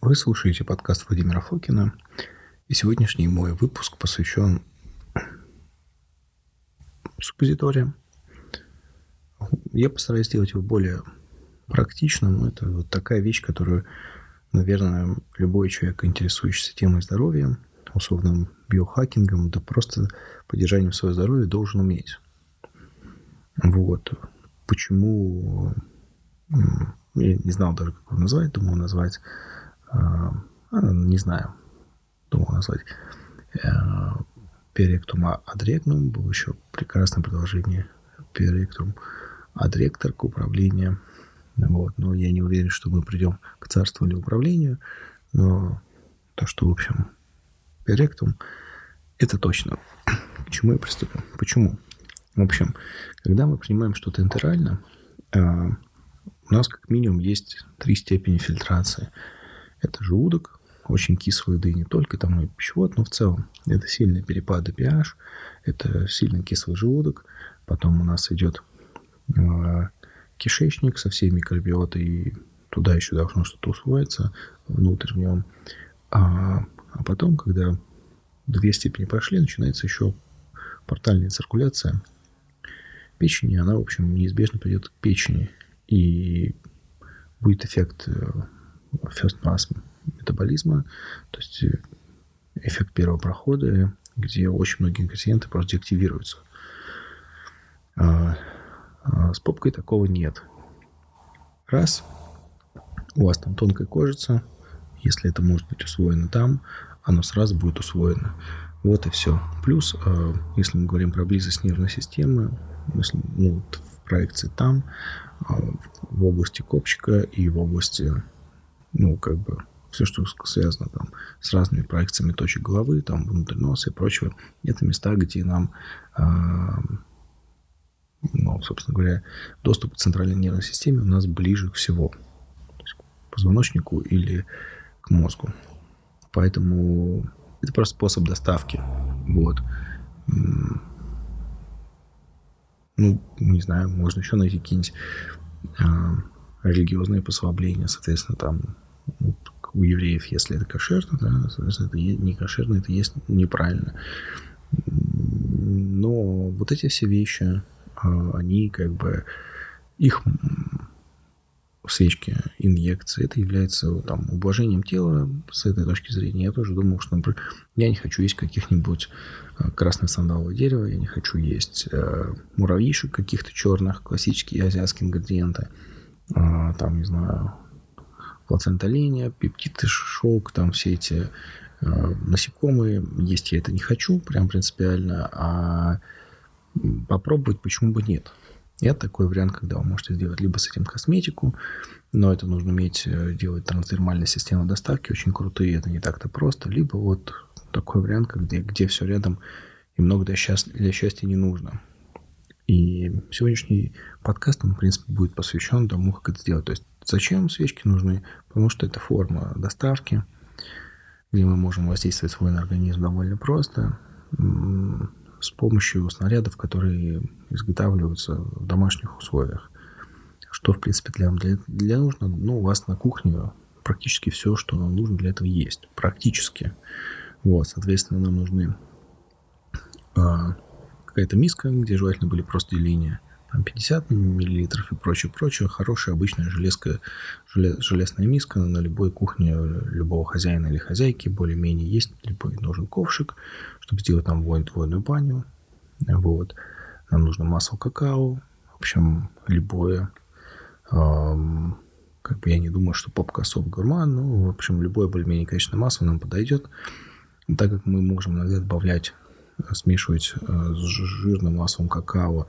Вы слушаете подкаст Владимира Фокина, и сегодняшний мой выпуск посвящен суппозиториям. Я постараюсь сделать его более практичным. Это вот такая вещь, которую, наверное, любой человек, интересующийся темой здоровья, условным биохакингом, да просто поддержанием своего здоровья, должен уметь. Вот. Почему... Я не знал даже, как его назвать. Думал назвать... не знаю. Думал назвать перектум адрегнум. Было еще прекрасное продолжение. Перектум адректорка управления. Вот. Но я не уверен, что мы придем к царству или управлению. Но то, что, в общем, перектум, это точно. К чему я приступил? Почему? В общем, когда мы принимаем что-то энтерально, у нас как минимум есть 3 степени фильтрации. Это желудок, очень кислая еда, не только там и пищевод, но в целом. Это сильные перепады pH, это сильно кислый желудок. Потом у нас идет кишечник со всей микробиотой, и туда еще должно что-то усвоиться внутрь в нем. А потом, когда 2 степени прошли, начинается еще портальная циркуляция печени. Она, в общем, неизбежно придет к печени. И будет эффект first pass метаболизма, то есть эффект первого прохода, где очень многие ингредиенты просто деактивируются. С попкой такого нет. Раз, у вас там тонкая кожица, если это может быть усвоено там, оно сразу будет усвоено. Вот и все. Плюс, если мы говорим про близость нервной системы, если, в проекции там, в области копчика и в области, все, что связано там с разными проекциями точек головы, там внутрь носа и прочего, это места, где нам, собственно говоря, доступ к центральной нервной системе у нас ближе всего. То есть к позвоночнику или к мозгу. Поэтому это просто способ доставки. Вот. Не знаю, можно еще найти какие-нибудь религиозные послабления, соответственно, там у евреев, если это кошерно, да, соответственно, это не кошерно, это есть неправильно. Но вот эти все вещи, они их свечки, инъекции, это является ублажением тела с этой точки зрения. Я тоже думал, что, например, я не хочу есть каких-нибудь красное сандаловое дерево, я не хочу есть муравьишек каких-то черных, классические азиатские ингредиенты, плацента оленя, пептиды, шелк, там все эти насекомые. Есть я это не хочу, прям принципиально, а попробовать почему бы нет. Это такой вариант, когда вы можете сделать либо с этим косметику, но это нужно уметь делать трансдермальные системы доставки, очень крутые, это не так-то просто, либо вот такой вариант, где все рядом и много для счастья не нужно. И сегодняшний подкаст, он, в принципе, будет посвящен тому, как это сделать. То есть, зачем свечки нужны? Потому что это форма доставки, где мы можем воздействовать свой организм довольно просто, с помощью снарядов, которые изготавливаются в домашних условиях. Что, в принципе, для нужно? У вас на кухне практически все, что нам нужно для этого есть. Практически. Вот, соответственно, нам нужны какая-то миска, где желательно были просто деления, 50 мл и прочее. Хорошая обычная железная миска на любой кухне любого хозяина или хозяйки более-менее есть. Либо нужен ковшик, чтобы сделать там водную баню. Вот. Нам нужно масло какао. В общем, любое. Я не думаю, что попка особо гурман. В общем, любое более-менее качественное масло нам подойдет. Так как мы можем иногда добавлять, смешивать с жирным маслом какао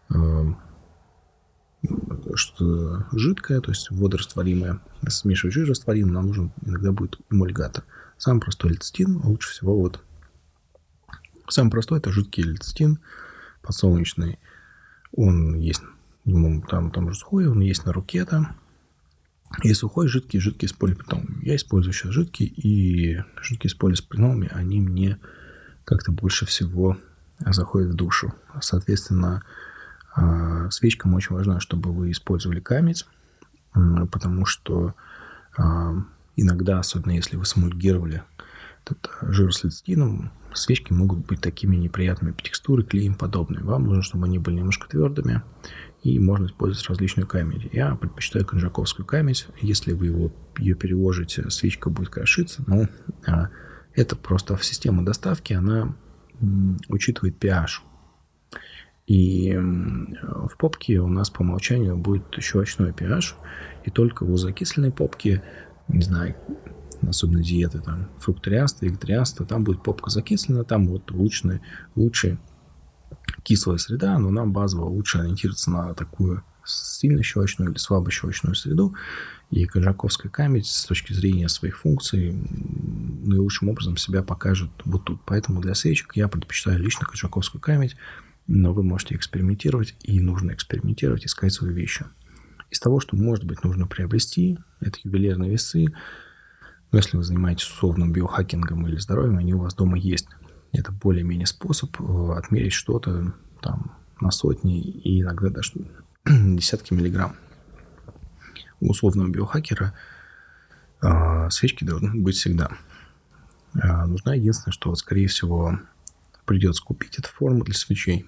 что-то жидкое, то есть водорастворимое. Смешивать жир растворимый, нам нужен иногда будет эмульгатор. Самый простой лецитин, лучше всего самый простой — это жидкий лецитин подсолнечный. Он есть, там же сухой, он есть на руке там. И сухой, жидкий с полипреноном. Я использую сейчас жидкий, и жидкие с полипренолами, они мне как-то больше всего заходят в душу. Соответственно, свечкам очень важно, чтобы вы использовали камедь, потому что Иногда, особенно если вы смульгировали этот жир с лецитином, свечки могут быть такими неприятными по текстуре, клеем подобные. Вам нужно, чтобы они были немножко твердыми, и можно использовать различную камедь. Я предпочитаю конжаковскую камедь. Если вы ее переложите, свечка будет крошиться. Но это просто в систему доставки, она учитывает pH. И в попке у нас по умолчанию будет щелочной pH. И только у закисленной попки, не знаю, особенно диеты, там, фрукторианство, вегетарианство, там будет попка закислена, там вот лучше кислая среда, но нам базово лучше ориентироваться на такую сильно щелочную или слабо щелочную среду. И конжаковская камедь с точки зрения своих функций наилучшим образом себя покажет вот тут. Поэтому для свечек я предпочитаю лично конжаковскую камедь, но вы можете экспериментировать, и нужно экспериментировать, искать свои вещи. Из того, что, может быть, нужно приобрести, это ювелирные весы. Но если вы занимаетесь условным биохакингом или здоровьем, они у вас дома есть. Это более-менее способ отмерить что-то там на сотни и иногда даже десятки миллиграмм. У условного биохакера свечки должны быть всегда. Нужна единственное, что, скорее всего, придется купить эту форму для свечей.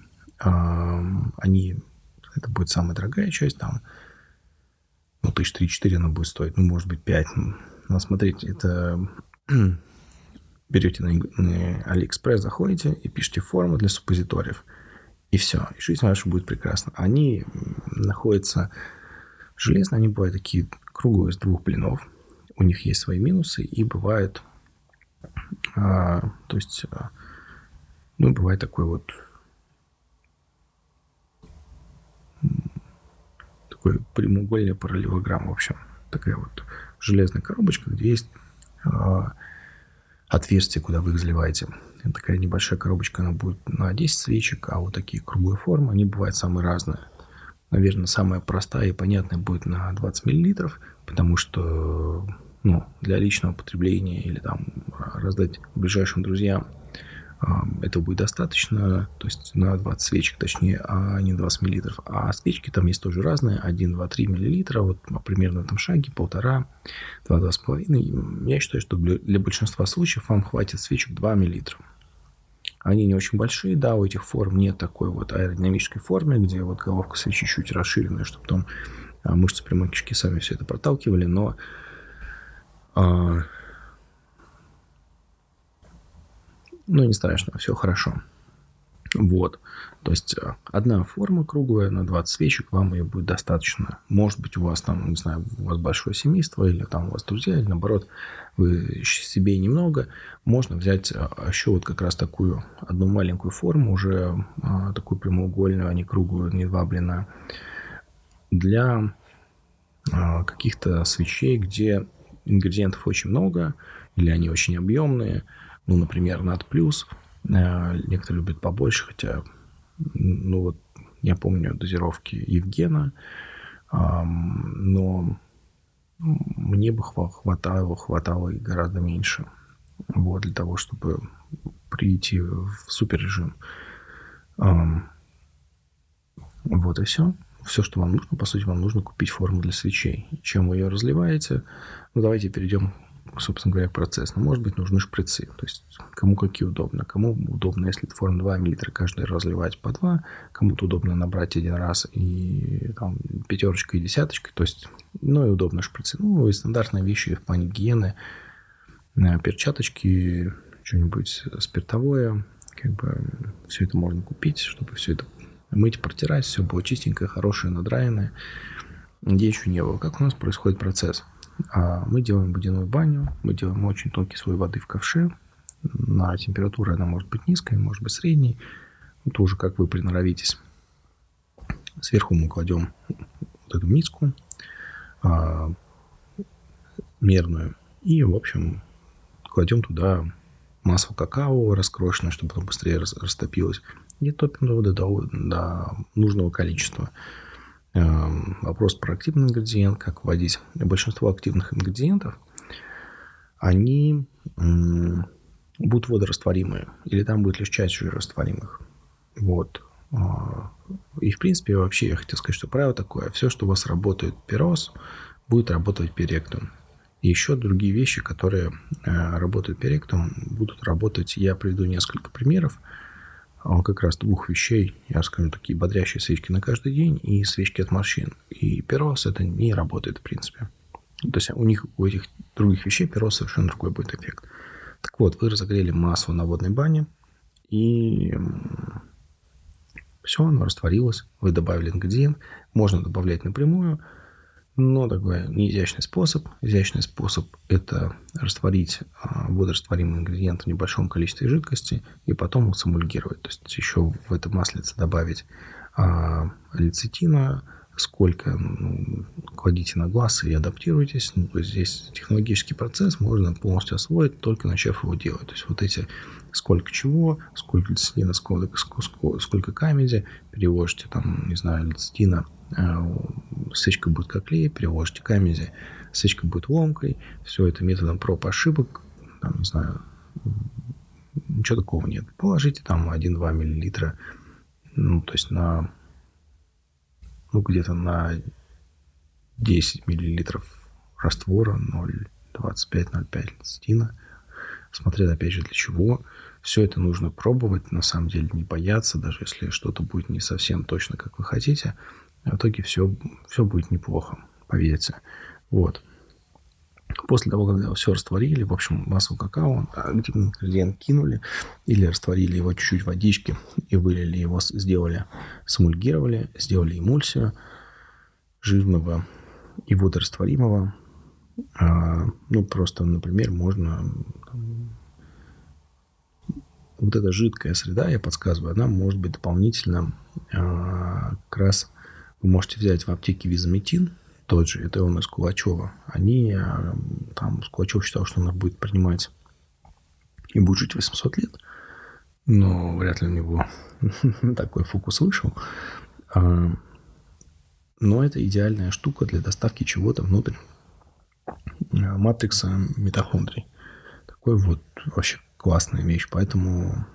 Это будет самая дорогая часть, там, 3-4 она будет стоить, может быть, 5. Но смотрите, это берете на AliExpress, заходите и пишите форму для суппозиториев. И все. И жизнь ваша будет прекрасна. Они находятся железные, они бывают такие круглые из 2 блинов. У них есть свои минусы, и бывает бывает такой вот такой прямоугольный параллелограмм, в общем. Такая вот железная коробочка, где есть отверстие, куда вы их заливаете. Это такая небольшая коробочка, она будет на 10 свечек, а вот такие круглые формы, они бывают самые разные. Наверное, самая простая и понятная будет на 20 мл, потому что для личного потребления или там раздать ближайшим друзьям этого будет достаточно, то есть на 20 свечек, точнее, а не 20 мл. А свечки там есть тоже разные, 1, 2, 3 мл, вот примерно в этом шаге, 1,5, 2, 2,5. Я считаю, что для большинства случаев вам хватит свечек 2 мл. Они не очень большие, да, у этих форм нет такой вот аэродинамической формы, где вот головка свечи чуть расширенная, чтобы потом мышцы прямой кишки сами все это проталкивали, но не страшно, все хорошо. Вот. То есть одна форма круглая на 20 свечек, вам ее будет достаточно. Может быть, у вас там, не знаю, у вас большое семейство, или там у вас друзья, или наоборот, вы себе немного. Можно взять еще вот как раз такую одну маленькую форму, уже такую прямоугольную, а не круглую, не 2 блина, для каких-то свечей, где ингредиентов очень много, или они очень объемные. Например, над плюс. Некоторые любят побольше, хотя, я помню дозировки Евгена, но мне бы хватало и гораздо меньше. Вот, для того, чтобы прийти в суперрежим. Вот и все. Все, что вам нужно, по сути, вам нужно купить форму для свечей. Чем вы ее разливаете? Давайте перейдем, собственно говоря, к процессу. Может быть, нужны шприцы. То есть, кому какие удобно. Кому удобно, если это форма 2 мл, каждый разливать по 2. Кому-то удобно набрать один раз и там 5 и 10. То есть, и удобно шприцы. И стандартные вещи в плане гигиены. Перчаточки, что-нибудь спиртовое. Все это можно купить, чтобы все это мыть, протирать. Все было чистенькое, хорошее, надраенное. Где еще не было. Как у нас происходит процесс? Мы делаем водяную баню, мы делаем очень тонкий слой воды в ковше. На температуру она может быть низкой, может быть средней. Это уже как вы приноровитесь. Сверху мы кладем вот эту миску мерную. И, в общем, кладем туда масло какао раскрошенное, чтобы оно быстрее растопилось. И топим до нужного количества. Вопрос про активный ингредиент, как вводить. Большинство активных ингредиентов, они будут водорастворимые, или там будет лишь часть жирорастворимых. Вот. И, в принципе, вообще я хотел сказать, что правило такое. Все, что у вас работает пирос, будет работать перектум. Еще другие вещи, которые работают перектом, будут работать. Я приведу несколько примеров. Как раз двух вещей. Я скажу, такие бодрящие свечки на каждый день и свечки от морщин. И перос это не работает, в принципе. То есть у этих других вещей перос совершенно другой будет эффект. Так вот, вы разогрели масло на водной бане, и все, оно растворилось. Вы добавили ингредиент. Можно добавлять напрямую, но такой неизящный способ. Изящный способ – это растворить водорастворимый ингредиент в небольшом количестве жидкости и потом сэмульгировать. То есть еще в это маслице добавить лецитина, сколько кладите на глаз и адаптируйтесь. То есть здесь технологический процесс можно полностью освоить, только начав его делать. То есть вот эти сколько чего, сколько лецитина, сколько камеди, переложите там, не знаю, лецитина, свечка будет как клей, переложите камеди, свечка будет ломкой. Все это методом проб ошибок, там, не знаю, ничего такого нет. Положите там 1-2 миллилитра, то есть где-то на 10 миллилитров раствора 0,25-0,5 лецитина. Смотря, опять же, для чего. Все это нужно пробовать, на самом деле не бояться, даже если что-то будет не совсем точно, как вы хотите. В итоге все будет неплохо, поверьте. Вот. После того, когда вы все растворили, в общем, масло какао, активный ингредиент кинули или растворили его чуть-чуть в водичке и вылили его, сэмульгировали, сделали эмульсию жирного и водорастворимого. Просто, например, можно... Вот эта жидкая среда, я подсказываю, она может быть дополнительно как раз... Вы можете взять в аптеке визаметин, тот же, это он из Кулачева. Кулачев считал, что он будет принимать и будет жить 800 лет. Но вряд ли у него такой фокус вышел. Но это идеальная штука для доставки чего-то внутрь матрикса митохондрий. Такой вот вообще классная вещь. Поэтому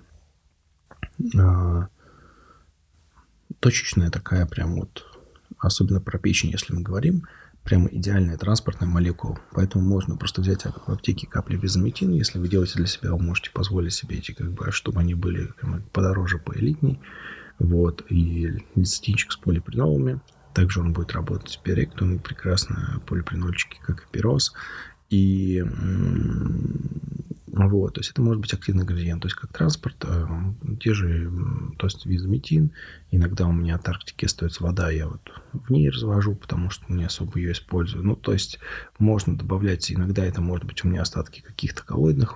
точечная такая прям вот, особенно про печень, если мы говорим, прямо идеальная транспортная молекула. Поэтому можно просто взять в аптеке капли визаметина. Если вы делаете для себя, вы можете позволить себе эти, чтобы они были подороже, поэлитней. Вот. И лецитинчик с полипринолами. Также он будет работать с перектом. Прекрасно полипринольчики, как и перос. И вот, то есть это может быть активный ингредиент, то есть как транспорт, те же, то есть визаметин. Иногда у меня от Арктики остается вода, я вот в ней развожу, потому что не особо ее использую. То есть можно добавлять, иногда это может быть у меня остатки каких-то коллоидных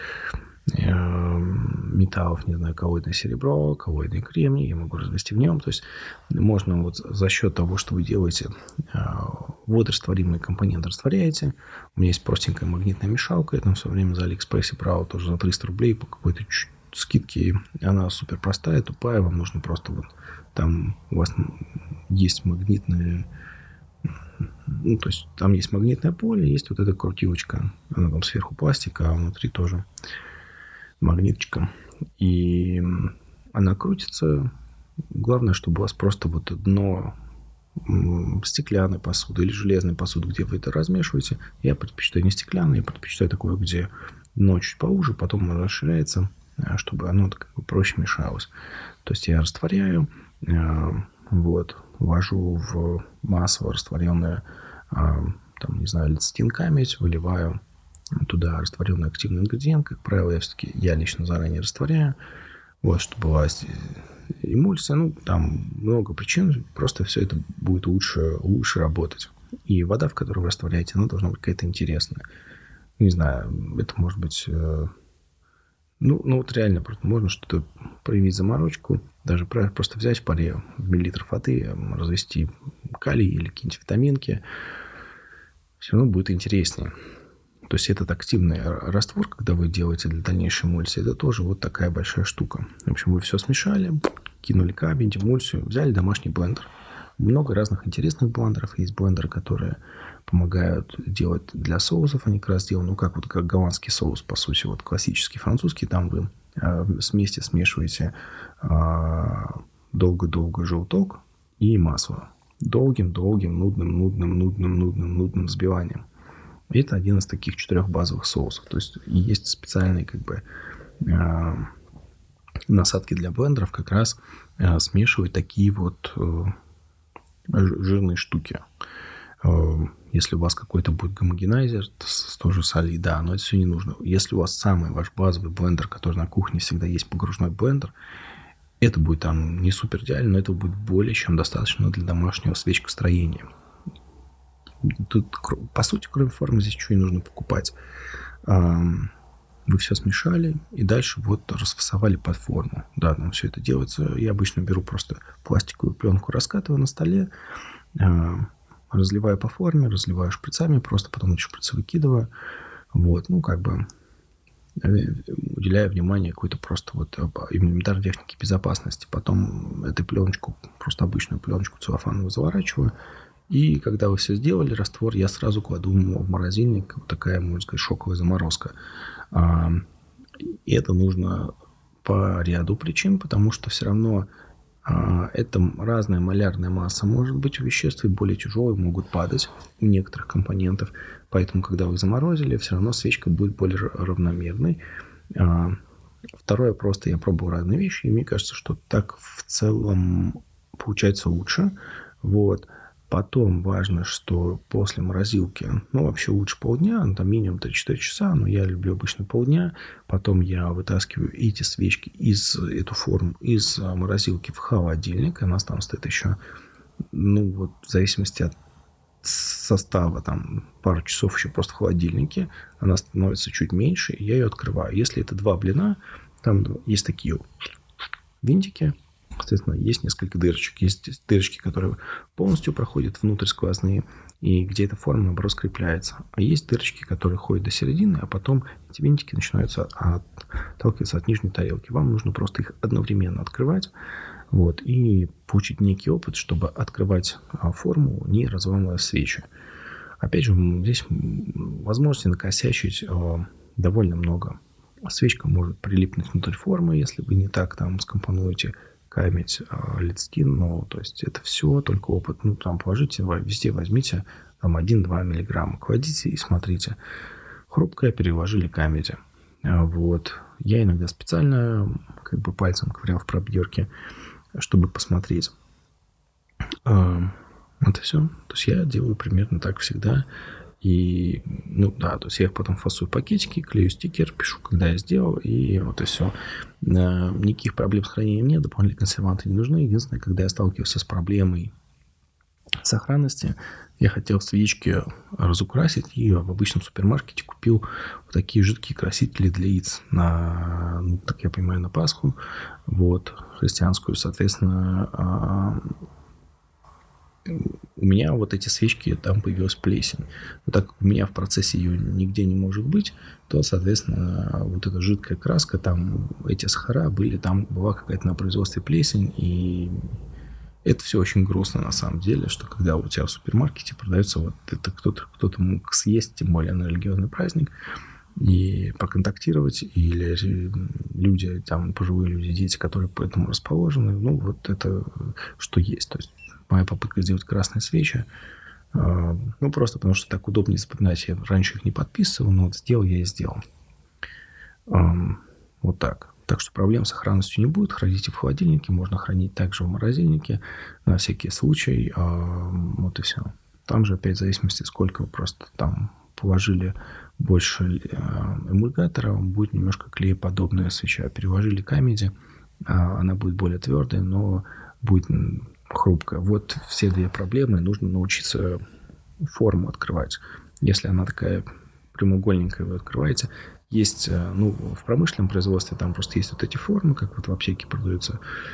металлов, не знаю, коллоидное серебро, коллоидный кремний, я могу развести в нем. То есть можно вот за счет того, что вы делаете, водорастворимый компонент растворяете. У меня есть простенькая магнитная мешалка, я там все время за Алиэкспрессе брал тоже за 300 рублей по какой-то скидке. Она супер простая, тупая, вам нужно просто там у вас есть магнитные... то есть там есть магнитное поле, есть вот эта крутилочка. Она там сверху пластика, а внутри тоже магнитчиком. И она крутится. Главное, чтобы у вас просто дно стеклянной посуды или железной посуды, где вы это размешиваете. Я предпочитаю не стеклянное, я предпочитаю такое, где дно чуть поуже, потом оно расширяется, чтобы оно проще мешалось. То есть я растворяю, ввожу в масло растворенное, лецитин камедь, выливаю туда растворенный активный ингредиент. Как правило, я лично заранее растворяю, чтобы была эмульсия. Там много причин, просто все это будет лучше работать. И вода, в которой вы растворяете, она должна быть какая-то интересная. Не знаю, это может быть... реально просто можно что-то проявить заморочку. Даже просто взять в паре миллилитров воды, развести калий или какие-нибудь витаминки. Все равно будет интереснее. То есть этот активный раствор, когда вы делаете для дальнейшей эмульсии, это тоже вот такая большая штука. В общем, вы все смешали, кинули камедь, эмульсию, взяли домашний блендер. Много разных интересных блендеров. Есть блендеры, которые помогают делать для соусов. Они как раз делают, как голландский соус, по сути, классический французский. Там вы вместе смешиваете долго-долго желток и масло. Долгим, нудным взбиванием. Это один из таких 4 базовых соусов. То есть есть специальные насадки для блендеров, как раз смешивать такие вот жирные штуки. Если у вас какой-то будет гомогенайзер, тоже соли, да, но это все не нужно. Если у вас самый ваш базовый блендер, который на кухне всегда есть погружной блендер, это будет там не супер идеально, но это будет более чем достаточно для домашнего свечкостроения. Тут, по сути, кроме формы, здесь ничего не нужно покупать. Вы все смешали и дальше вот расфасовали под форму. Да, нам все это делается. Я обычно беру просто пластиковую пленку, раскатываю на столе, разливаю по форме, разливаю шприцами, просто потом эти шприцы выкидываю. Вот, уделяя внимание какой-то просто вот элементарной технике безопасности. Потом эту пленочку, просто обычную пленочку целлофановую заворачиваю. И когда вы все сделали, раствор, я сразу кладу в морозильник. Вот такая, можно сказать, шоковая заморозка. И это нужно по ряду причин, потому что все равно это разная малярная масса может быть у веществ, и более тяжелые могут падать у некоторых компонентов. Поэтому, когда вы заморозили, все равно свечка будет более равномерной. Второе, просто я пробовал разные вещи, и мне кажется, что так в целом получается лучше. Вот. Потом важно, что после морозилки, вообще лучше полдня, там минимум 3-4 часа, но я люблю обычно полдня. Потом я вытаскиваю эти свечки эту форму из морозилки в холодильник. Она там стоит еще, в зависимости от состава, там пару часов еще просто в холодильнике. Она становится чуть меньше, и я ее открываю. Если это 2 блина, там есть такие винтики. Соответственно, есть несколько дырочек. Есть дырочки, которые полностью проходят внутрь сквозные, и где эта форма, наоборот, скрепляется. А есть дырочки, которые ходят до середины, а потом эти винтики начинаются отталкиваться от нижней тарелки. Вам нужно просто их одновременно открывать, и получить некий опыт, чтобы открывать форму, не разламывая свечи. Опять же, здесь возможности накосячить довольно много. Свечка может прилипнуть внутрь формы, если вы не так там скомпонуете камедь, лецитин, то есть это все только опыт. Положите, везде возьмите 1-2 миллиграмма, кладите и смотрите. Хрупкое, переложили камеди. Я иногда специально пальцем ковырял в пробирке, чтобы посмотреть. Это все. То есть я делаю примерно так всегда. И, то есть я их потом фасую в пакетики, клею стикер, пишу, когда я сделал, и вот и все. Никаких проблем с хранением нет, дополнительные консерванты не нужны. Единственное, когда я сталкивался с проблемой сохранности, я хотел свечки разукрасить, и в обычном супермаркете купил вот такие жидкие красители для яиц на, так я понимаю, на Пасху, христианскую, соответственно, у меня эти свечки, там появилась плесень. Но так как у меня в процессе ее нигде не может быть, то, соответственно, эта жидкая краска, там эти сахара были, там была какая-то на производстве плесень, и это все очень грустно на самом деле, что когда у тебя в супермаркете продается это кто-то мог съесть, тем более на религиозный праздник, и проконтактировать, или люди, там пожилые люди, дети, которые по этому расположены, это что есть. То есть моя попытка сделать красные свечи, просто потому что так удобнее запоминать. Я раньше их не подписывал, но сделал я и сделал. Так. Так что проблем с сохранностью не будет. Храните в холодильнике, можно хранить также в морозильнике на всякий случай. И все. Там же опять в зависимости, сколько вы просто там положили больше эмульгатора, будет немножко клееподобная свеча. Переложили камеди, она будет более твердая, но будет хрупкая. Все 2 проблемы. Нужно научиться форму открывать. Если она такая прямоугольненькая, вы открываете. Есть, в промышленном производстве там просто есть эти формы, как в аптеке продаются.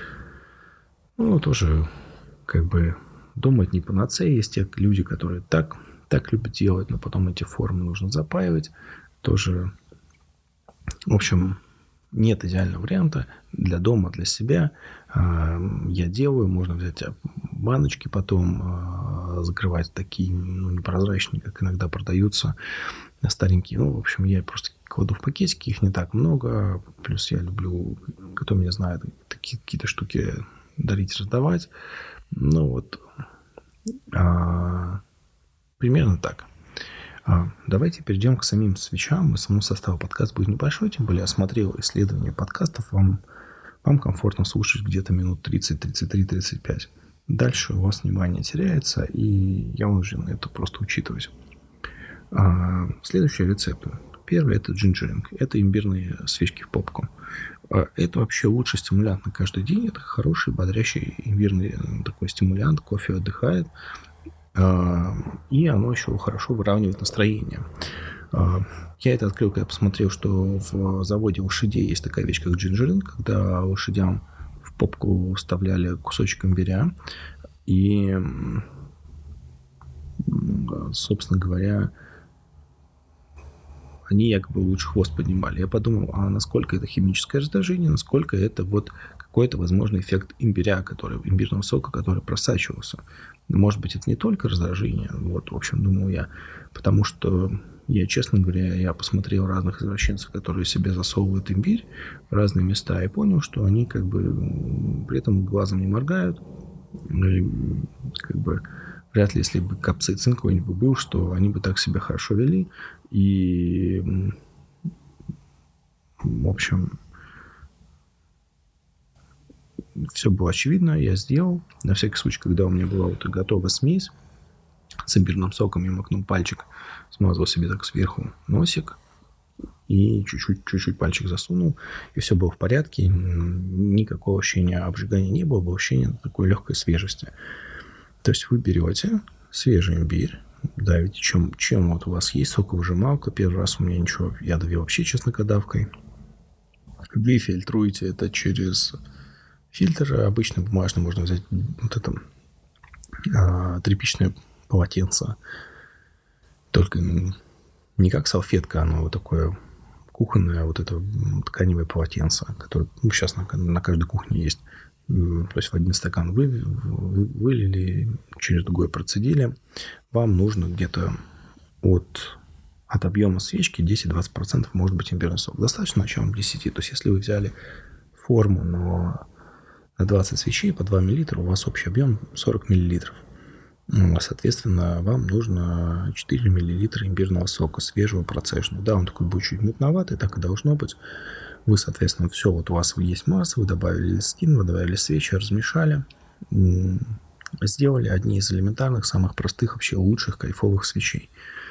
Тоже дома это не панацея. Есть те люди, которые так любят делать, но потом эти формы нужно запаивать. Тоже, в общем, нет идеального варианта для дома, для себя. Я делаю, можно взять баночки, потом закрывать такие непрозрачные, как иногда продаются, старенькие. В общем, я просто кладу в пакетики, их не так много. Плюс я люблю, кто меня знает, такие какие-то штуки дарить, раздавать. Примерно так. Давайте перейдем к самим свечам. И самому составу подкаста будет небольшой, тем более я смотрел исследования подкастов. Вам комфортно слушать где-то минут 30, 33, 35. Дальше у вас внимание теряется, и я вынужден это просто учитывать. Следующие рецепты. Первый – это джинджеринг. Это имбирные свечки в попку. Это вообще лучший стимулянт на каждый день. Это хороший, бодрящий имбирный такой стимулянт. Кофе отдыхает. И оно еще хорошо выравнивает настроение. Я это открыл, когда посмотрел, что в заводе лошадей есть такая вещь, как джинджеринг, когда лошадям в попку вставляли кусочек имбиря. И, собственно говоря, они якобы лучше хвост поднимали. Я подумал, насколько это химическое раздражение, насколько это вот какой-то возможный эффект имбирного сока, который просачивался. Может быть, это не только раздражение, вот, в общем, думал я, потому что честно говоря, я посмотрел разных извращенцев, которые себе засовывают имбирь в разные места, и понял, что они как бы при этом глазом не моргают, и, как бы вряд ли, если бы капсаицин какой-нибудь был, что они бы так себя хорошо вели. И, в общем, все было очевидно, я сделал. На всякий случай, когда у меня была вот готова смесь с имбирным соком, я макнул пальчик, смазал себе так сверху носик и чуть-чуть пальчик засунул, и все было в порядке. Никакого ощущения обжигания не было, было ощущение такой легкой свежести. То есть вы берете свежий имбирь, давите, чем вот у вас есть соковыжималка. Первый раз у меня ничего, я давил вообще чеснокодавкой. Вы фильтруете это через фильтр. Обычно бумажный, можно взять вот это тряпичное полотенце. Только не как салфетка, оно вот такое кухонное, вот это тканевое полотенце, которое сейчас на каждой кухне есть. То есть в один стакан вылили, через другой процедили. Вам нужно где-то от объема свечки 10-20% может быть имбирный сок. Достаточно началом 10. То есть если вы взяли форму на 20 свечей по 2 мл, у вас общий объем 40 мл. Соответственно, вам нужно 4 мл имбирного сока свежего, процежного. Да, он такой будет чуть мутноватый, так и должно быть. Вы, соответственно, все, вот у вас есть масса, вы добавили листин, вы добавили свечи, размешали, сделали одни из элементарных, самых простых, вообще лучших, кайфовых свечей.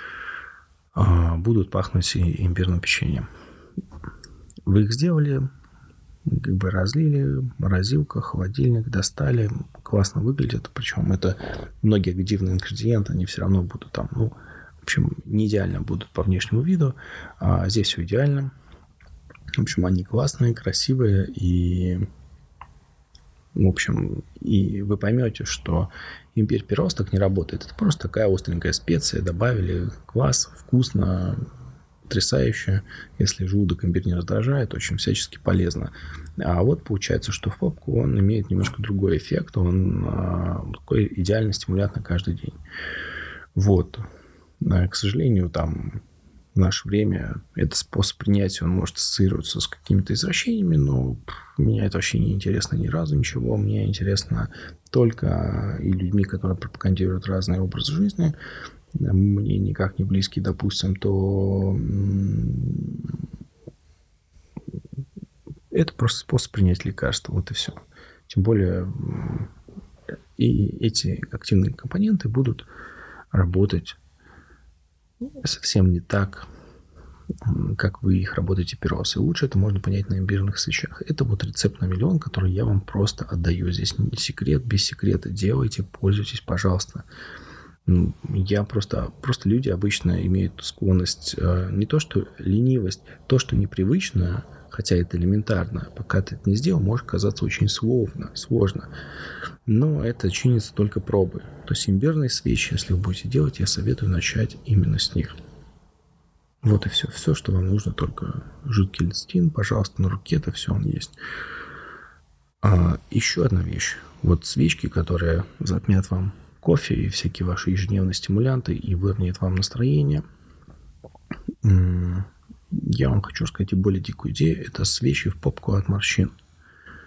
Будут пахнуть имбирным печеньем. Вы их сделали, как бы разлили, морозилка, холодильник, достали, классно выглядит. Причем это многие активные ингредиенты, они все равно будут там, в общем, не идеально будут по внешнему виду, а здесь все идеально. В общем, они классные, красивые, и, в общем, и вы поймете, что имбирь-пирос так не работает. Это просто такая остренькая специя, добавили, класс, вкусно, потрясающе. Если желудок имбирь не раздражает, очень всячески полезно. А вот получается, что в попку он имеет немножко другой эффект, он такой идеальный стимулянт на каждый день. Вот. К сожалению, там в наше время этот способ принятия, он может ассоциироваться с какими-то извращениями, но меня это вообще не интересно ни разу, ничего. Мне интересно только и людьми, которые пропагандируют разные образы жизни, мне никак не близкие, допустим, то это просто способ принять лекарство, вот и все. Тем более и эти активные компоненты будут работать совсем не так, как вы их работаете пирос. И лучше это можно понять на имбирных свечах. Это вот рецепт на миллион, который я вам просто отдаю. Здесь не секрет, без секрета. Делайте, пользуйтесь, пожалуйста. Я просто люди обычно имеют склонность, не то что ленивость, то, что непривычно, хотя это элементарно, пока ты это не сделал, может казаться очень сложно. Но это чинится только пробой. То есть имбирные свечи, если вы будете делать, я советую начать именно с них. Вот и все. Все, что вам нужно, только жидкий листин, пожалуйста, на руке, это все он есть. Еще одна вещь. Вот свечки, которые затмят вам кофе и всякие ваши ежедневные стимулянты и выровняют вам настроение. Я вам хочу сказать и более дикую идею. Это свечи в попку от морщин.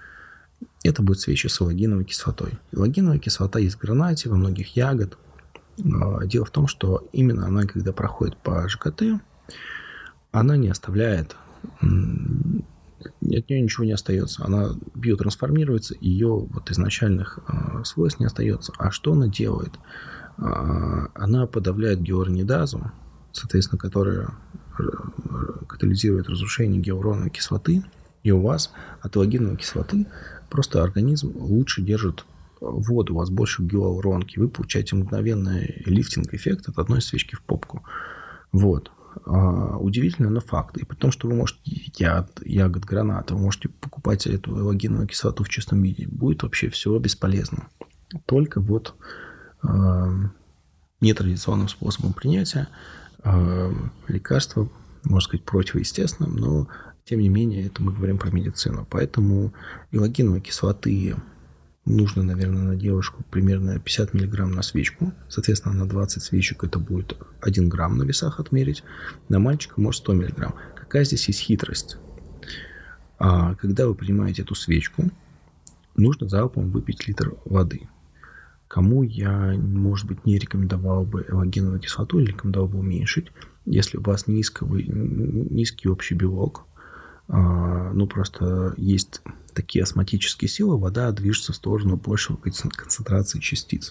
Это будут свечи с эллагиновой кислотой. Эллагиновая кислота есть в гранате, во многих ягод. Дело в том, что именно она, когда проходит по ЖКТ, она не оставляет, от нее ничего не остается. Она биотрансформируется, ее вот изначальных свойств не остается. А что она делает? Она подавляет гиалуронидазу, соответственно, которая катализирует разрушение гиалуроновой кислоты, и у вас от галогеновой кислоты просто организм лучше держит воду, у вас больше гиалуронки, вы получаете мгновенный лифтинг-эффект от одной свечки в попку. Вот. Удивительно, но факт. И при том, что вы можете ягод граната, вы можете покупать эту галогеновую кислоту в чистом виде, будет вообще все бесполезно. Только вот нетрадиционным способом принятия лекарства, можно сказать, противоестественным, но тем не менее это мы говорим про медицину. Поэтому галогеновой кислоты нужно, наверное, на девушку примерно 50 мг на свечку. Соответственно, на 20 свечек это будет 1 грамм на весах отмерить. На мальчика может 100 мг. Какая здесь есть хитрость? Когда вы принимаете эту свечку, нужно залпом выпить литр воды. Кому я, может быть, не рекомендовал бы галогеновую кислоту или рекомендовал бы уменьшить, если у вас низкий общий белок, просто есть такие осмотические силы, вода движется в сторону большего концентрации частиц.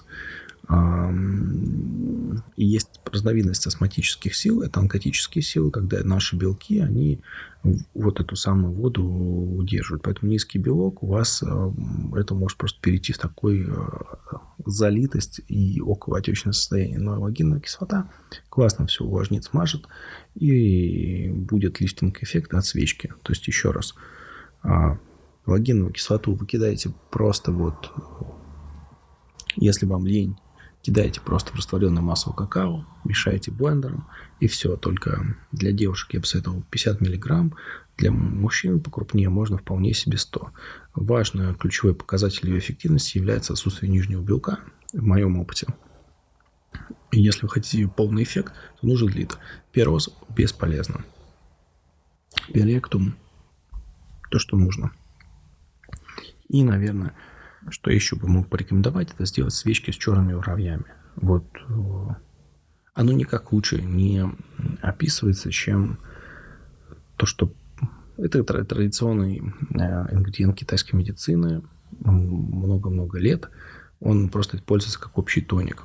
И есть разновидность осмотических сил, это онкотические силы, когда наши белки, они вот эту самую воду удерживают. Поэтому низкий белок у вас, это может просто перейти в такой залитость и околоотечное состояние. Но галогеновая кислота классно все увлажнит, смажет, и будет лифтинг-эффект от свечки. То есть, еще раз, галогеновую кислоту вы кидаете просто вот, если вам лень, кидаете просто в растворенное масло какао, мешаете блендером, и все. Только для девушек я бы советовал 50 мг, для мужчин покрупнее можно вполне себе 100. Важный ключевой показатель ее эффективности является отсутствие нижнего белка, в моем опыте. И если вы хотите полный эффект, то нужен литр. Пероз бесполезно. Пиолектум – то, что нужно. И, наверное, что еще бы мог порекомендовать, это сделать свечки с черными муравьями. Вот оно никак лучше не описывается, чем то, что это традиционный ингредиент китайской медицины много-много лет. Он просто используется как общий тоник.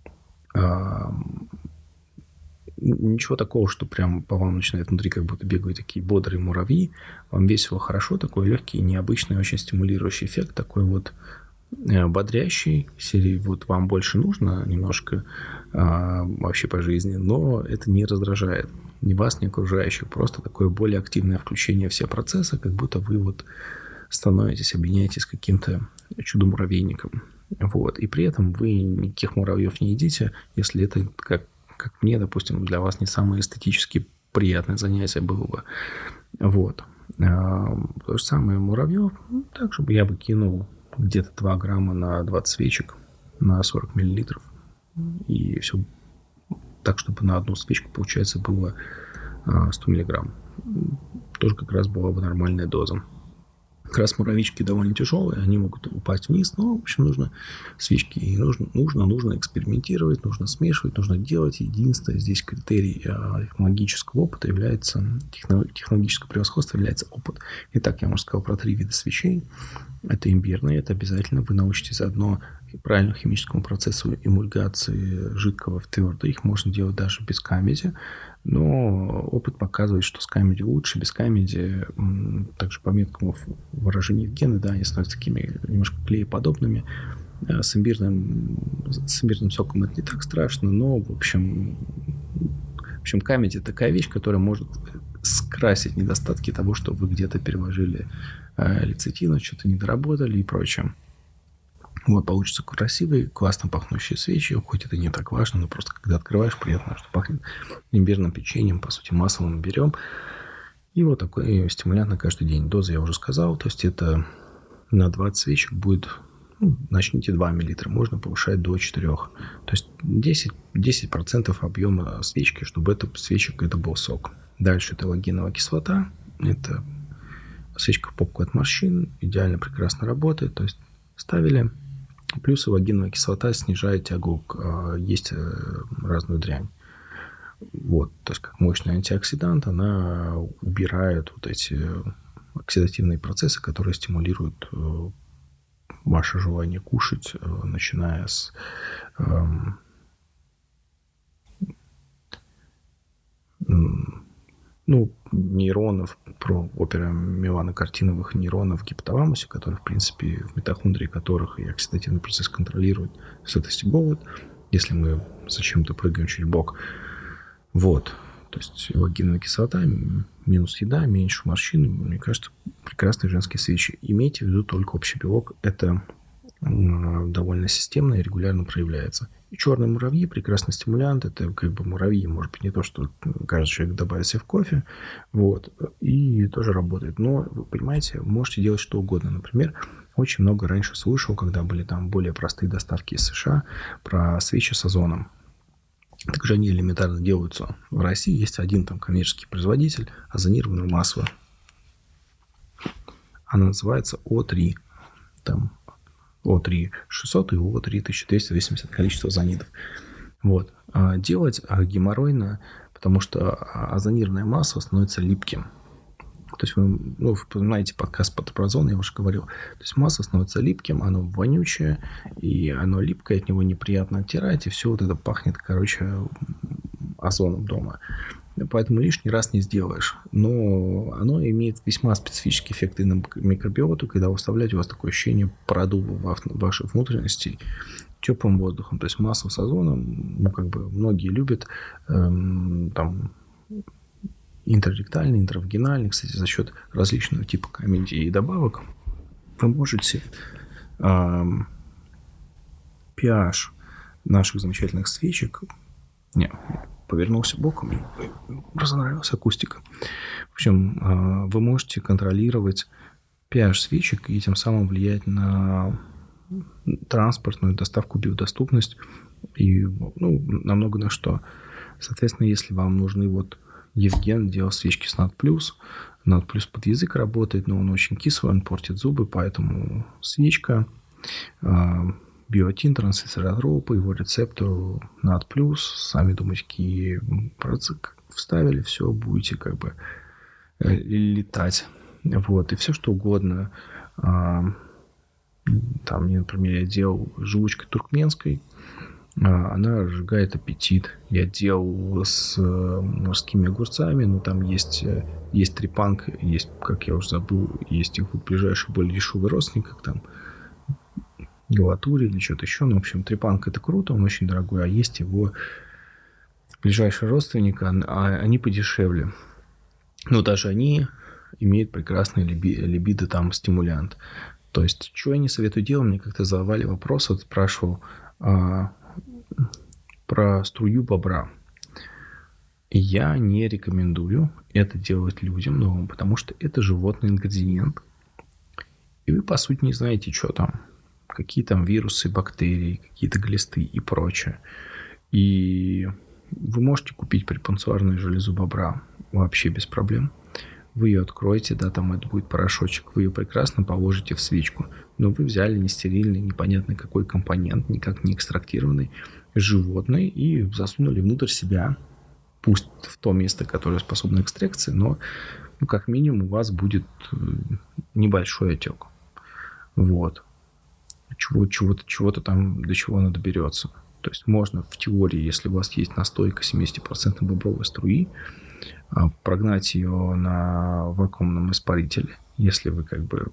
Ничего такого, что прям по вам начинает внутри как будто бегают такие бодрые муравьи. Вам весело, хорошо, такой легкий, необычный, очень стимулирующий эффект, такой вот бодрящий, серии вот вам больше нужно немножко вообще по жизни, но это не раздражает ни вас, ни окружающих. Просто такое более активное включение в все процессы, как будто вы вот становитесь, объединяетесь с каким-то чудо-муравейником. Вот. И при этом вы никаких муравьев не едите, если это, как мне, допустим, для вас не самое эстетически приятное занятие было бы. Вот. То же самое муравьев. Также я бы кинул где-то 2 грамма на 20 свечек на 40 миллилитров. И все так, чтобы на одну свечку, получается, было 100 миллиграмм. Тоже как раз была бы нормальная доза. Как раз муравьички довольно тяжелые, они могут упасть вниз, но, в общем, нужно свечки. И нужно экспериментировать, нужно смешивать, нужно делать. Единственное, здесь критерий технологического опыта является, технологического превосходства является опыт. Итак, я вам сказал про 3 вида свечей. Это имбирные, это обязательно. Вы научитесь заодно правильному химическому процессу эмульгации жидкого в твердое. Их можно делать даже без камеди. Но опыт показывает, что с камеди лучше, без камеди, также по меткому выражению гены, да, они становятся такими немножко клееподобными. С имбирным соком это не так страшно, но, в общем, камеди такая вещь, которая может скрасить недостатки того, что вы где-то переложили лецитин, что-то не доработали и прочее. Вот, получится красивые, классно пахнущие свечи, хоть это не так важно, но просто когда открываешь, приятно, что пахнет имбирным печеньем, по сути, маслом берем. И вот такой стимулянт на каждый день. Доза я уже сказал, то есть это на 20 свечек будет, начните 2 мл, можно повышать до 4. То есть 10% объема свечки, чтобы свечек это был сок. Дальше это галогеновая кислота, это свечка в попку от морщин, идеально, прекрасно работает, то есть ставили, Плюс эвогеновая кислота снижает тягу к есть разную дрянь. Вот, то есть как мощный антиоксидант, она убирает вот эти оксидативные процессы, которые стимулируют ваше желание кушать, начиная с нейронов, про оперомеланокартиновых нейронов в гипоталамусе, которые, в принципе, в митохондрии которых и оксидативный процесс контролируют, светостиговывают, если мы зачем-то прыгаем через бок. Вот. То есть эвогеновая кислота, минус еда, меньше морщин. Мне кажется, прекрасные женские свечи. Имейте в виду только общий белок. Это довольно системно и регулярно проявляется. И черные муравьи – прекрасный стимулянт. Это как бы муравьи, может быть, не то, что каждый человек добавит себе в кофе. Вот. И тоже работает. Но, вы понимаете, можете делать что угодно. Например, очень много раньше слышал, когда были там более простые доставки из США, про свечи с озоном. Так же они элементарно делаются. В России есть один там коммерческий производитель озонированного масла. Она называется О3. Там О3 600 и О3 1280 количество озонидов. Вот. Делать геморройно, потому что озонированное масло становится липким. То есть вы знаете подкаст «Патопрозон», я уже говорил. То есть масло становится липким, оно вонючее, и оно липкое, от него неприятно оттирать, и все вот это пахнет, озоном дома. Поэтому лишний раз не сделаешь. Но оно имеет весьма специфический эффект и на микробиоту, когда вы вставляете, у вас такое ощущение продува ваших внутренностей теплым воздухом. То есть масло с озоном, многие любят там интраректальный, интравагинальный, кстати, за счет различного типа камедий и добавок вы можете pH наших замечательных свечек... повернулся боком и разонравилась акустика. В общем, вы можете контролировать pH свечек и тем самым влиять на транспортную доставку, биодоступность и намного на что. Соответственно, если вам нужны Евген делал свечки с НАД+. НАД+ под язык работает, но он очень кислый, он портит зубы, поэтому свечка, биотин, трансцитратропы, его рецептор НАД+, сами думаете, какие вставили, все, будете летать. Вот, и все что угодно. Там, например, я делал живучкой туркменской, она разжигает аппетит. Я делал с морскими огурцами, но там есть трепанг, есть, как я уже забыл, есть их ближайший более дешевый родственник, как там галатури или что-то еще. Ну, в общем, трепанг это круто, он очень дорогой, а есть его ближайший родственник, они подешевле. Но даже они имеют прекрасный либидо там стимулянт. То есть, что я не советую делать, мне как-то задавали вопрос, спрашивал про струю бобра. Я не рекомендую это делать людям новым, потому что это животный ингредиент. И вы, по сути, не знаете, что там. Какие там вирусы, бактерии, какие-то глисты и прочее. И вы можете купить препансуарную железу бобра вообще без проблем. Вы ее откроете, да, там это будет порошочек. Вы ее прекрасно положите в свечку. Но вы взяли нестерильный, непонятно какой компонент, никак не экстрактированный, животный, и засунули внутрь себя, пусть в то место, которое способно к экстракции, но как минимум у вас будет небольшой отек. Вот. Чего-то там, до чего она доберется. То есть можно в теории, если у вас есть настойка 70% бобровой струи, прогнать ее на вакуумном испарителе, если вы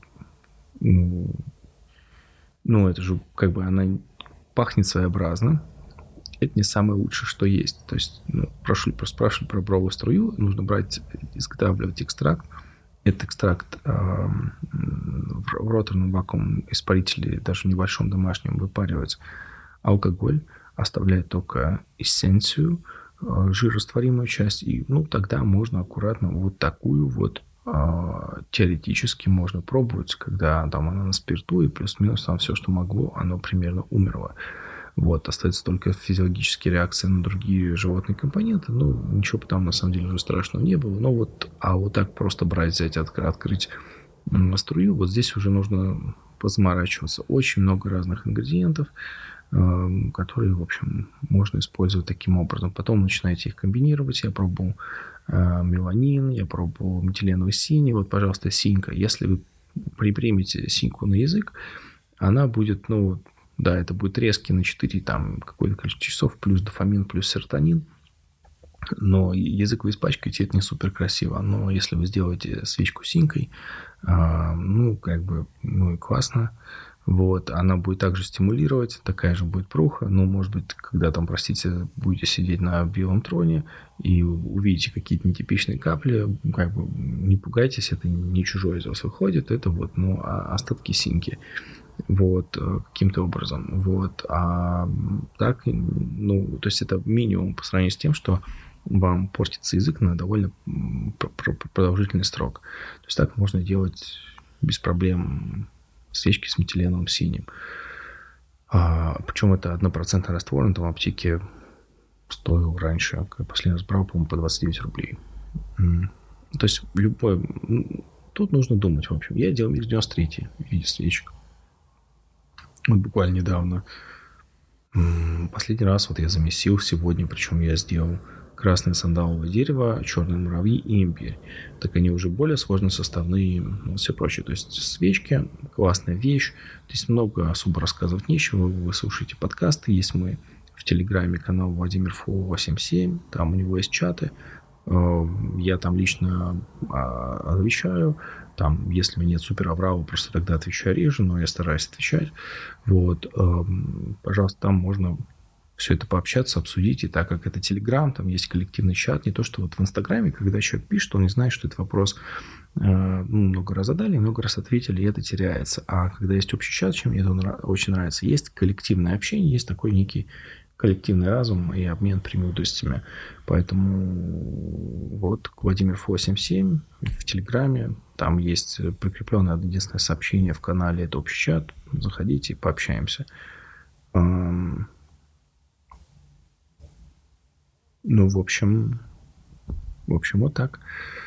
это же она пахнет своеобразно. Это не самое лучшее, что есть. То есть, спрашивали про бобровую струю, нужно изготавливать экстракт. Этот экстракт в роторном вакуумном испарителе, даже в небольшом домашнем, выпаривать. Алкоголь оставляет только эссенцию, жирорастворимую часть, и тогда можно аккуратно такую теоретически можно пробовать, когда там она на спирту, и плюс-минус там все, что могло, оно примерно умерло. Остается только физиологические реакции на другие животные компоненты. Ничего там на самом деле уже страшного не было. Так просто взять, открыть струю, здесь уже нужно позаморачиваться. Очень много разных ингредиентов, которые, в общем, можно использовать таким образом. Потом начинаете их комбинировать. Я пробовал меланин, я пробовал метиленовый синий. Вот, пожалуйста, синька. Если вы припримете синьку на язык, она будет, это будет резкий на 4 какое-то количество часов, плюс дофамин, плюс серотонин. Но язык вы испачкаете, это не супер красиво. Но если вы сделаете свечку синькой, и классно. Вот, она будет также стимулировать, такая же будет пруха. Может быть, когда будете сидеть на белом троне и увидите какие-то нетипичные капли, не пугайтесь, это не чужое из вас выходит, это остатки синьки. Каким-то образом. То есть это минимум по сравнению с тем, что вам портится язык на довольно продолжительный срок. То есть так можно делать без проблем свечки с метиленовым синим. Причем это 1% раствор, он там в аптеке стоил раньше, когда я последний раз брал, по-моему, по 29 рублей. То есть тут нужно думать, в общем. Я делал МИКС-93 в виде свечек. Буквально недавно. Последний раз я замесил сегодня, причем я сделал красное сандаловое дерево, черные муравьи и имбирь. Так они уже более сложно составные, все прочее. То есть свечки, классная вещь. Здесь много особо рассказывать нечего. Вы слушаете подкасты. Есть мы в Телеграме канал Владимир Фо 87. Там у него есть чаты. Я там лично отвечаю. Там, если нет супер аврала, просто тогда отвечаю реже, но я стараюсь отвечать. Пожалуйста, там можно все это пообщаться, обсудить. И так как это Телеграм, там есть коллективный чат. Не то, что в Инстаграме, когда человек пишет, он не знает, что этот вопрос много раз задали, много раз ответили, и это теряется. А когда есть общий чат, чем мне это очень нравится, есть коллективное общение, есть такой некий коллективный разум и обмен премудростями. Поэтому Владимир Фо 87 в Телеграме. Там есть прикрепленное единственное сообщение в канале. Это общий чат. Заходите, пообщаемся. В общем, вот так.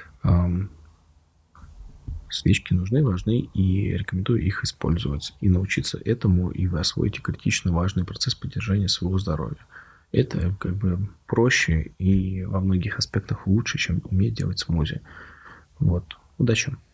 Свечки нужны, важны, и рекомендую их использовать. И научиться этому, и вы освоите критично важный процесс поддержания своего здоровья. Это проще и во многих аспектах лучше, чем уметь делать смузи. Удачи!